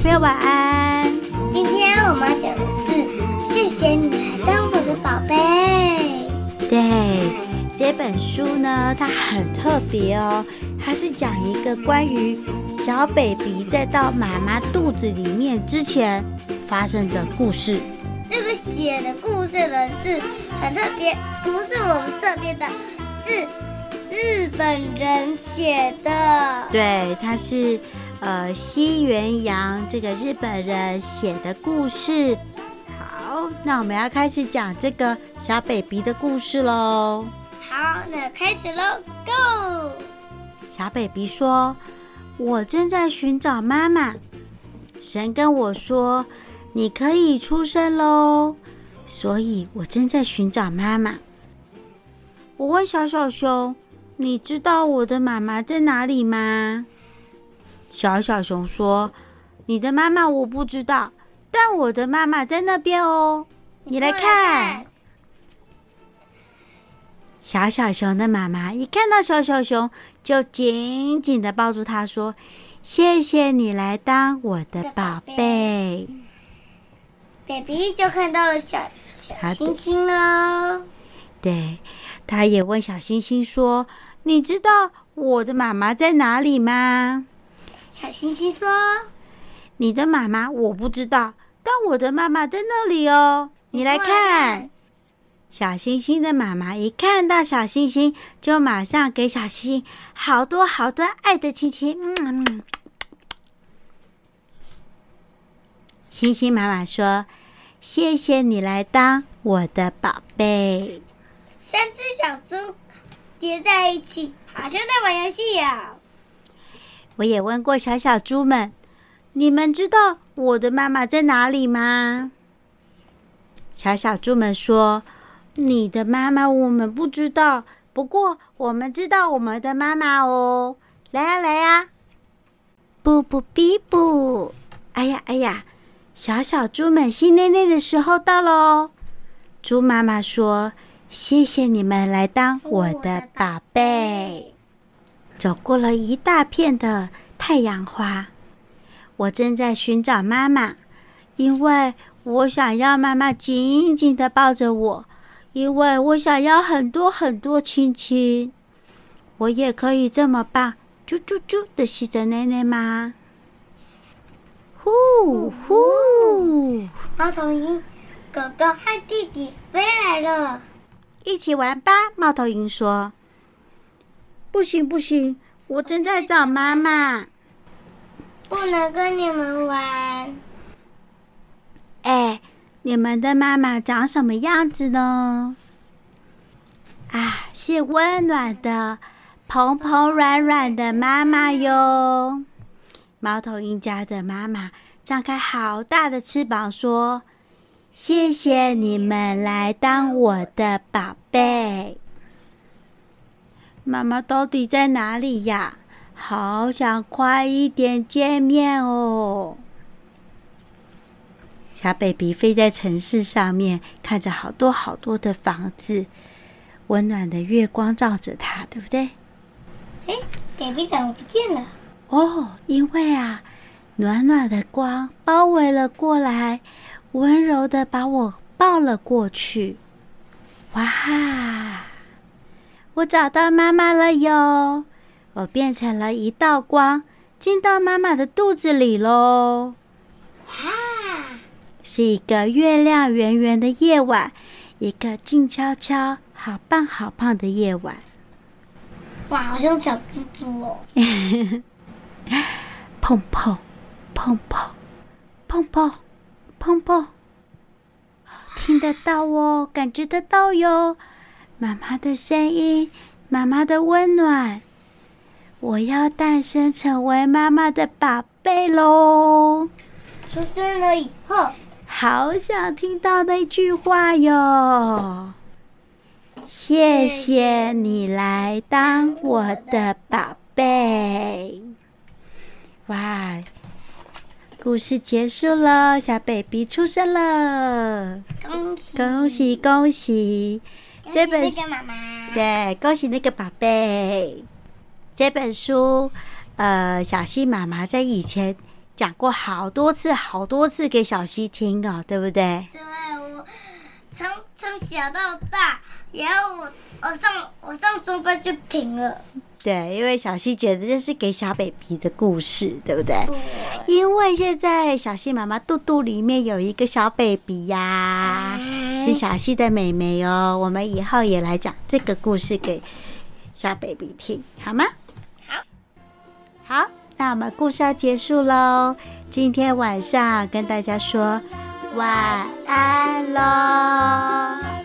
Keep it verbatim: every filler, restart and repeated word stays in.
朋友晚安。 今天我们要讲的是谢谢你来当我的宝贝。 对，这本书呢它很特别哦，它是讲一个关于小 baby 在到妈妈肚子里面之前发生的故事。 这个写的故事呢是很特别，不是我们这边的，是日本人写的。 对，它是呃西元洋这个日本人写的故事。好，那我们要开始讲这个小 baby 的故事咯。 好，那开始咯 ，Go！ 小 baby 说：“我正在寻找妈妈，神跟我说，你可以出生咯，所以我正在寻找妈妈。”我问小小熊：“你知道我的妈妈在哪里吗？”小小熊说：“你的妈妈我不知道，但我的妈妈在那边哦，你来看。”小小熊的妈妈一看到小小熊，就紧紧地抱住它，说：“谢谢你来当我的宝贝。” baby 就看到了小小星星了。 对，他也问小星星说：“你知道我的妈妈在哪里吗？” 小星星说：“ 你的妈妈我不知道，但我的妈妈在那里哦，你来看。”小星星的妈妈一看到小星星，就马上给小星星好多好多爱的亲亲。嗯嗯。星星妈妈说：“谢谢你来当我的宝贝。” 三只小猪叠在一起，好像在玩游戏呀。 我也问过小小猪们，你们知道我的妈妈在哪里吗？小小猪们说：“你的妈妈我们不知道，不过我们知道我们的妈妈哦。来呀来呀，布布比布！哎呀哎呀，小小猪们新内内的时候到喽。”猪妈妈说：“谢谢你们来当我的宝贝。”走过了一大片的太阳花，我正在寻找妈妈，因为我想要妈妈紧紧地抱着我，因为我想要很多很多亲亲。我也可以这么棒，啾啾啾的吸着奶奶吗？呼呼！ 猫头鹰哥哥和弟弟飞来了， 一起玩吧。猫头鹰说：“不行不行，我正在找妈妈， 不能跟你们玩。” 哎，你们的妈妈长什么样子呢？啊，是温暖的、蓬蓬软软的妈妈哟。猫头鹰家的妈妈张开好大的翅膀说：“谢谢你们来当我的宝贝。”妈妈到底在哪里呀？好想快一点见面哦。小 baby 飞在城市上面，看着好多好多的房子，温暖的月光照着它，对不对？ 哎 ，baby 怎么不见了？ 哦，因为啊，暖暖的光包围了过来，温柔的把我抱了过去。哇！我找到妈妈了哟！我变成了一道光，进到妈妈的肚子里咯。 哇！ 是一个月亮圆圆的夜晚，一个静悄悄、好棒好棒的夜晚。 哇，好像小猪猪哦！ 碰碰碰碰碰碰碰碰，听得到哦，感觉得到哟。妈妈的声音，妈妈的温暖，我要诞生成为妈妈的宝贝咯。 出生了以后， 好想听到那句话哟！谢谢你来当我的宝贝。哇，故事结束了，小 baby 出生了， 恭喜恭喜恭喜！这本书， 那个妈妈， 对，恭喜那个宝贝。这本书，呃，小希妈妈在以前讲过好多次好多次给小希听哦，对不对？ 对，我从从小到大，然后我我上我上中班就停了。 对，因为小希觉得这是给小 baby 的故事，对不对？ 对， 因为现在小希妈妈肚肚里面有一个小 baby 呀，是小希的妹妹哦。我们以后也来讲这个故事给小 baby 听，好吗？ 好， 好，那我们故事要结束喽。今天晚上跟大家说晚安喽。